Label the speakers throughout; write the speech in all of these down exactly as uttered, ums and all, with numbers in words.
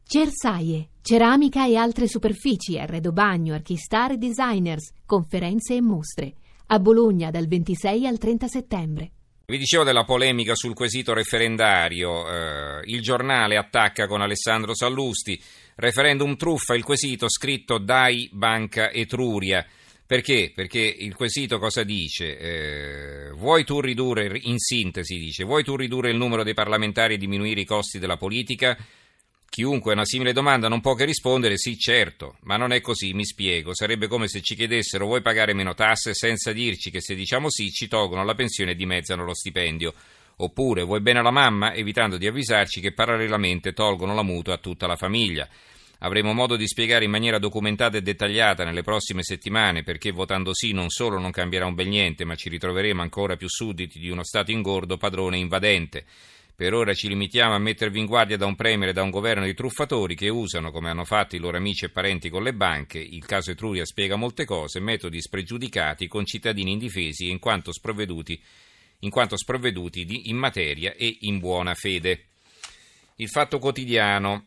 Speaker 1: Cersaie, ceramica e altre superfici, arredo bagno, archistar e designers, conferenze e mostre. A Bologna dal ventisei al trenta settembre.
Speaker 2: Vi dicevo della polemica sul quesito referendario. Eh, il Giornale attacca con Alessandro Sallusti. Referendum truffa, il quesito scritto dai Banca Etruria. Perché? Perché il quesito cosa dice? Eh, vuoi tu ridurre, in sintesi dice, vuoi tu ridurre il numero dei parlamentari e diminuire i costi della politica? Chiunque a una simile domanda non può che rispondere sì, certo, ma non è così, mi spiego. Sarebbe come se ci chiedessero vuoi pagare meno tasse senza dirci che se diciamo sì ci tolgono la pensione e dimezzano lo stipendio. Oppure vuoi bene alla mamma, evitando di avvisarci che parallelamente tolgono la mutua a tutta la famiglia. Avremo modo di spiegare in maniera documentata e dettagliata nelle prossime settimane perché votando sì non solo non cambierà un bel niente, ma ci ritroveremo ancora più sudditi di uno Stato ingordo, padrone invadente. Per ora ci limitiamo a mettervi in guardia da un premier e da un governo di truffatori che usano, come hanno fatto i loro amici e parenti con le banche, il caso Etruria spiega molte cose, metodi spregiudicati con cittadini indifesi in quanto sprovveduti, in quanto sprovveduti di, in materia e in buona fede. Il Fatto Quotidiano,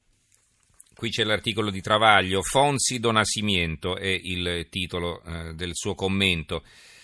Speaker 2: qui c'è l'articolo di Travaglio, Fonsi do Nascimento è il titolo eh, del suo commento.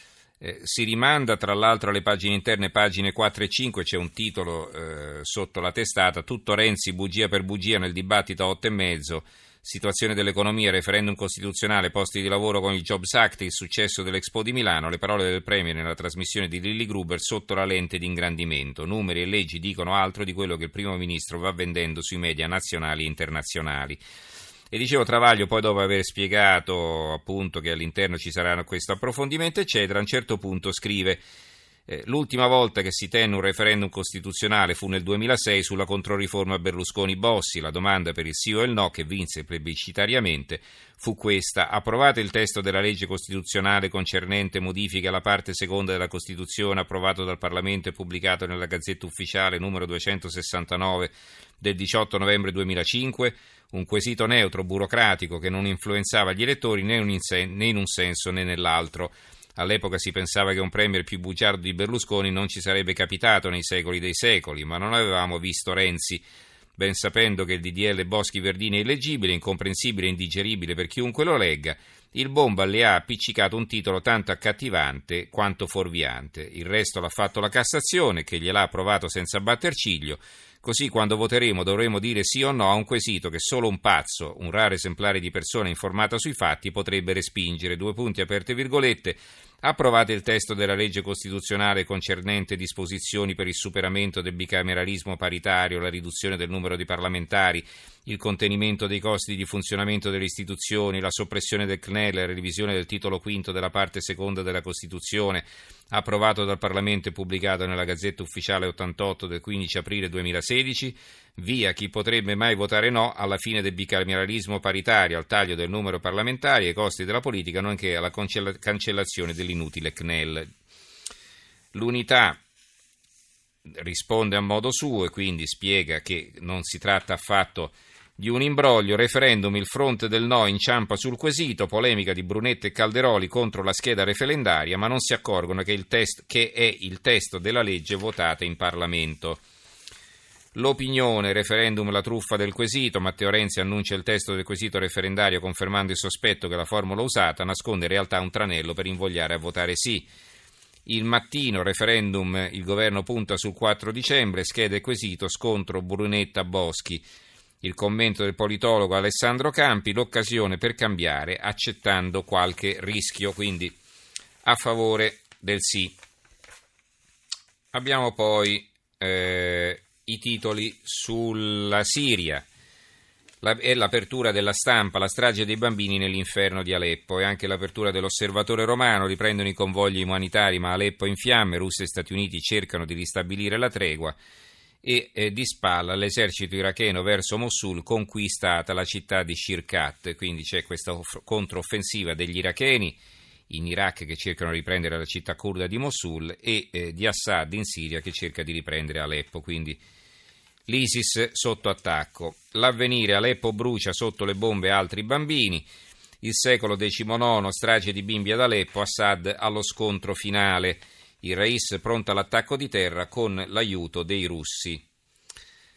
Speaker 2: Eh, si rimanda tra l'altro alle pagine interne, pagine quattro e cinque, c'è un titolo eh, sotto la testata, tutto Renzi, bugia per bugia nel dibattito a otto e mezzo, situazione dell'economia, referendum costituzionale, posti di lavoro con il Jobs Act, il successo dell'Expo di Milano, le parole del Premier nella trasmissione di Lilli Gruber sotto la lente di ingrandimento, numeri e leggi dicono altro di quello che il Primo Ministro va vendendo sui media nazionali e internazionali. E dicevo Travaglio, poi dopo aver spiegato appunto che all'interno ci saranno questo approfondimento eccetera, a un certo punto scrive eh, l'ultima volta che si tenne un referendum costituzionale fu nel duemilasei sulla controriforma Berlusconi-Bossi, la domanda per il sì o il no che vinse plebiscitariamente fu questa: approvate il testo della legge costituzionale concernente modifiche alla parte seconda della Costituzione approvato dal Parlamento e pubblicato nella Gazzetta Ufficiale numero duecentosessantanove del diciotto novembre duemilacinque? Un quesito neutro, burocratico, che non influenzava gli elettori né in un senso né nell'altro. All'epoca si pensava che un premier più bugiardo di Berlusconi non ci sarebbe capitato nei secoli dei secoli, ma non avevamo visto Renzi, ben sapendo che il D D L Boschi-Verdini è illeggibile, incomprensibile e indigeribile per chiunque lo legga. Il Bomba le ha appiccicato un titolo tanto accattivante quanto fuorviante. Il resto l'ha fatto la Cassazione, che gliel'ha approvato senza batter ciglio. Così quando voteremo dovremo dire sì o no a un quesito che solo un pazzo, un raro esemplare di persona informata sui fatti, potrebbe respingere. Due punti aperte virgolette. Approvate il testo della legge costituzionale concernente disposizioni per il superamento del bicameralismo paritario, la riduzione del numero di parlamentari, il contenimento dei costi di funzionamento delle istituzioni, la soppressione del C N E L, la revisione del titolo quinto della parte seconda della Costituzione, approvato dal Parlamento e pubblicato nella Gazzetta Ufficiale ottantotto del quindici aprile duemilasedici, via chi potrebbe mai votare no alla fine del bicameralismo paritario, al taglio del numero parlamentari, ai costi della politica, nonché alla cancellazione dell'inutile C N E L. L'Unità risponde a modo suo e quindi spiega che non si tratta affatto di un imbroglio, referendum, il fronte del no inciampa sul quesito, polemica di Brunetta e Calderoli contro la scheda referendaria, ma non si accorgono che, il test, che è il testo della legge votata in Parlamento. L'Opinione, referendum, la truffa del quesito, Matteo Renzi annuncia il testo del quesito referendario confermando il sospetto che la formula usata nasconde in realtà un tranello per invogliare a votare sì. Il Mattino, referendum, il governo punta sul quattro dicembre, scheda e quesito, scontro Brunetta-Boschi. Il commento del politologo Alessandro Campi, l'occasione per cambiare accettando qualche rischio, quindi a favore del sì. Abbiamo poi eh, i titoli sulla Siria. La, è l'apertura della Stampa, la strage dei bambini nell'inferno di Aleppo e anche l'apertura dell'Osservatore Romano, riprendono i convogli umanitari ma Aleppo in fiamme, Russia e Stati Uniti cercano di ristabilire la tregua e eh, di spalla l'esercito iracheno verso Mosul, conquistata la città di Shirkat, quindi c'è questa off- controffensiva degli iracheni in Iraq che cercano di riprendere la città curda di Mosul e eh, di Assad in Siria che cerca di riprendere Aleppo, quindi l'ISIS sotto attacco. L'Avvenire, Aleppo brucia sotto le bombe altri bambini. Il Secolo diciannove, strage di bimbi ad Aleppo, Assad allo scontro finale. Il Rais pronto all'attacco di terra con l'aiuto dei russi.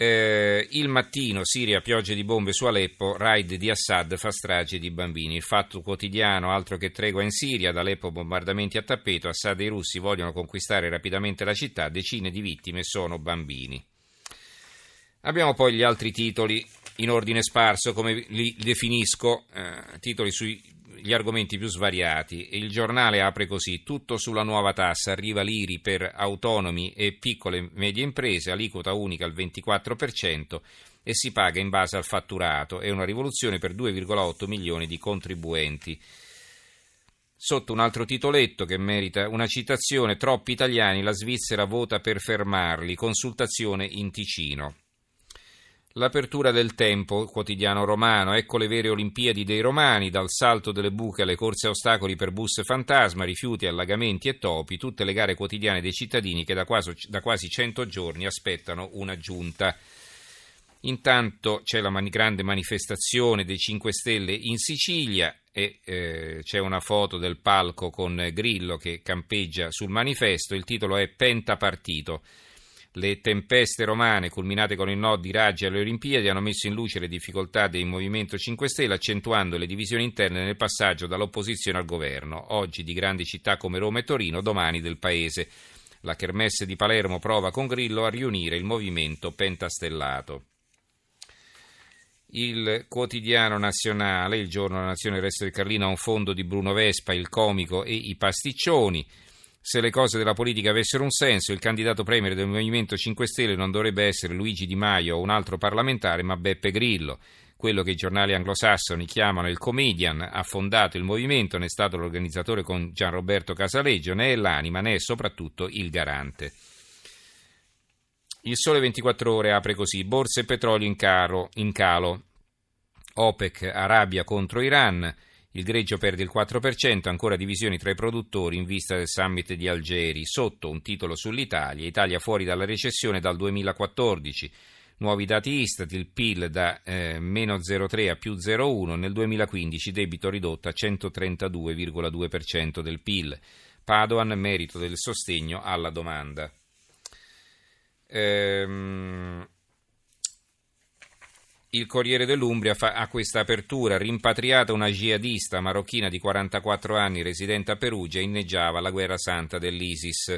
Speaker 2: Eh, il Mattino, Siria, piogge di bombe su Aleppo, raid di Assad fa strage di bambini. Il Fatto Quotidiano, altro che tregua in Siria, ad Aleppo bombardamenti a tappeto, Assad e i russi vogliono conquistare rapidamente la città, decine di vittime sono bambini. Abbiamo poi gli altri titoli in ordine sparso, come li definisco, eh, titoli sui gli argomenti più svariati. Il Giornale apre così: tutto sulla nuova tassa, arriva l'I R I per autonomi e piccole e medie imprese, aliquota unica al ventiquattro per cento e si paga in base al fatturato, è una rivoluzione per due virgola otto milioni di contribuenti. Sotto un altro titoletto che merita una citazione: troppi italiani, la Svizzera vota per fermarli, consultazione in Ticino. L'apertura del Tempo, quotidiano romano, ecco le vere Olimpiadi dei romani, dal salto delle buche alle corse a ostacoli per bus fantasma, rifiuti, allagamenti e topi, tutte le gare quotidiane dei cittadini che da quasi, da quasi cento giorni aspettano una giunta. Intanto c'è la man- grande manifestazione dei cinque Stelle in Sicilia e eh, c'è una foto del palco con Grillo che campeggia sul manifesto, il titolo è Pentapartito. Le tempeste romane, culminate con il no di Raggi alle Olimpiadi, hanno messo in luce le difficoltà del Movimento cinque Stelle, accentuando le divisioni interne nel passaggio dall'opposizione al governo. Oggi di grandi città come Roma e Torino, domani del Paese. La Kermesse di Palermo prova con Grillo a riunire il movimento pentastellato. Il Quotidiano Nazionale, il Giorno della Nazione, il Resto del Carlino, ha un fondo di Bruno Vespa, il comico e i pasticcioni. Se le cose della politica avessero un senso, il candidato premier del Movimento cinque Stelle non dovrebbe essere Luigi Di Maio o un altro parlamentare, ma Beppe Grillo. Quello che i giornali anglosassoni chiamano il comedian ha fondato il movimento, ne è stato l'organizzatore con Gianroberto Casaleggio, ne è l'anima, ne è soprattutto il garante. Il Sole ventiquattro Ore apre così: borse e petrolio in, caro, in calo, OPEC arrabbia contro Iran. Il greggio perde il quattro per cento, ancora divisioni tra i produttori in vista del summit di Algeri. Sotto un titolo sull'Italia: Italia fuori dalla recessione dal duemilaquattordici. Nuovi dati Istat, il P I L da eh, meno zero virgola tre a più zero virgola uno, nel duemilaquindici debito ridotto a centotrentadue virgola due per cento del P I L. Padoan, merito del sostegno alla domanda. Ehm... Il Corriere dell'Umbria fa, ha questa apertura: rimpatriata una jihadista marocchina di quarantaquattro anni residente a Perugia, inneggiava la guerra santa dell'ISIS.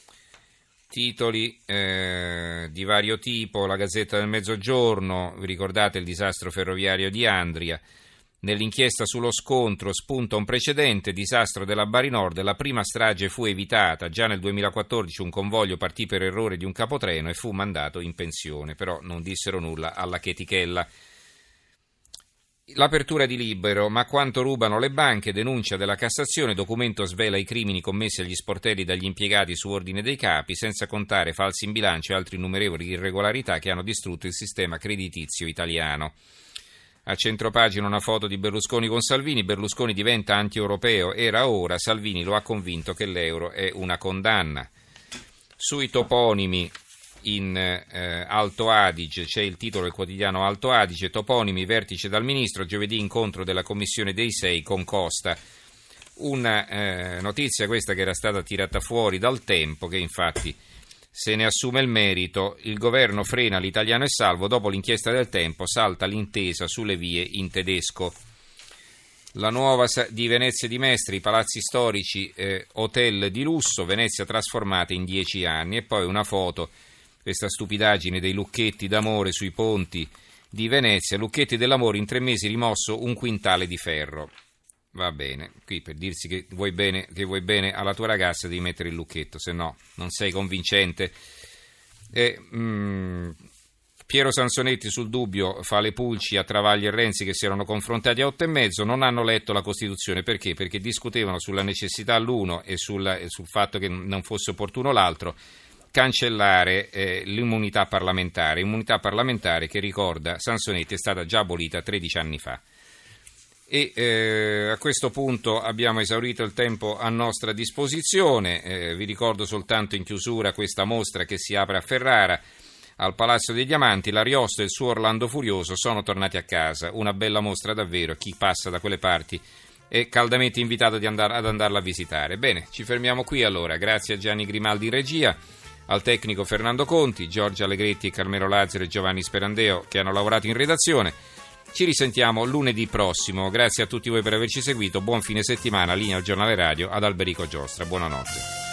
Speaker 2: Titoli eh, di vario tipo, la Gazzetta del Mezzogiorno, vi ricordate il disastro ferroviario di Andria? Nell'inchiesta sullo scontro spunta un precedente, disastro della Bari Nord, la prima strage fu evitata, già nel duemilaquattordici un convoglio partì per errore di un capotreno e fu mandato in pensione, però non dissero nulla alla chetichella. L'apertura di Libero: ma quanto rubano le banche, denuncia della Cassazione, documento svela i crimini commessi agli sportelli dagli impiegati su ordine dei capi, senza contare falsi in bilancio e altre innumerevoli irregolarità che hanno distrutto il sistema creditizio italiano. A centropagina una foto di Berlusconi con Salvini: Berlusconi diventa anti-europeo, era ora, Salvini lo ha convinto che l'euro è una condanna. Sui toponimi in eh, Alto Adige c'è il titolo del quotidiano Alto Adige: toponimi, vertice dal ministro, giovedì incontro della commissione dei sei con Costa. Una eh, notizia questa che era stata tirata fuori dal Tempo, che infatti se ne assume il merito. Il governo frena l'italiano è salvo, dopo l'inchiesta del Tempo salta l'intesa sulle vie in tedesco. La nuova di Venezia di Mestre, i palazzi storici, eh, hotel di lusso, Venezia trasformata in dieci anni. E poi una foto, questa stupidaggine dei lucchetti d'amore sui ponti di Venezia, lucchetti dell'amore, in tre mesi rimosso un quintale di ferro. Va bene, qui per dirsi che vuoi bene, che vuoi bene alla tua ragazza devi mettere il lucchetto, se no non sei convincente. E, mm, Piero Sansonetti sul Dubbio fa le pulci a Travaglia e Renzi che si erano confrontati a otto e mezzo, non hanno letto la Costituzione. Perché? Perché discutevano sulla necessità l'uno e sul, sul fatto che non fosse opportuno l'altro cancellare eh, l'immunità parlamentare, immunità parlamentare che, ricorda Sansonetti, è stata già abolita tredici anni fa. E eh, a questo punto abbiamo esaurito il tempo a nostra disposizione. Eh, vi ricordo soltanto in chiusura questa mostra che si apre a Ferrara, al Palazzo dei Diamanti. L'Ariosto e il suo Orlando Furioso sono tornati a casa. Una bella mostra davvero, chi passa da quelle parti è caldamente invitato di andare, ad andarla a visitare. Bene, ci fermiamo qui allora. Grazie a Gianni Grimaldi in regia, al tecnico Fernando Conti, Giorgia Allegretti, Carmelo Lazzaro e Giovanni Sperandeo che hanno lavorato in redazione. Ci risentiamo lunedì prossimo. Grazie a tutti voi per averci seguito. Buon fine settimana. Linea al giornale radio ad Alberico Giostra. Buonanotte.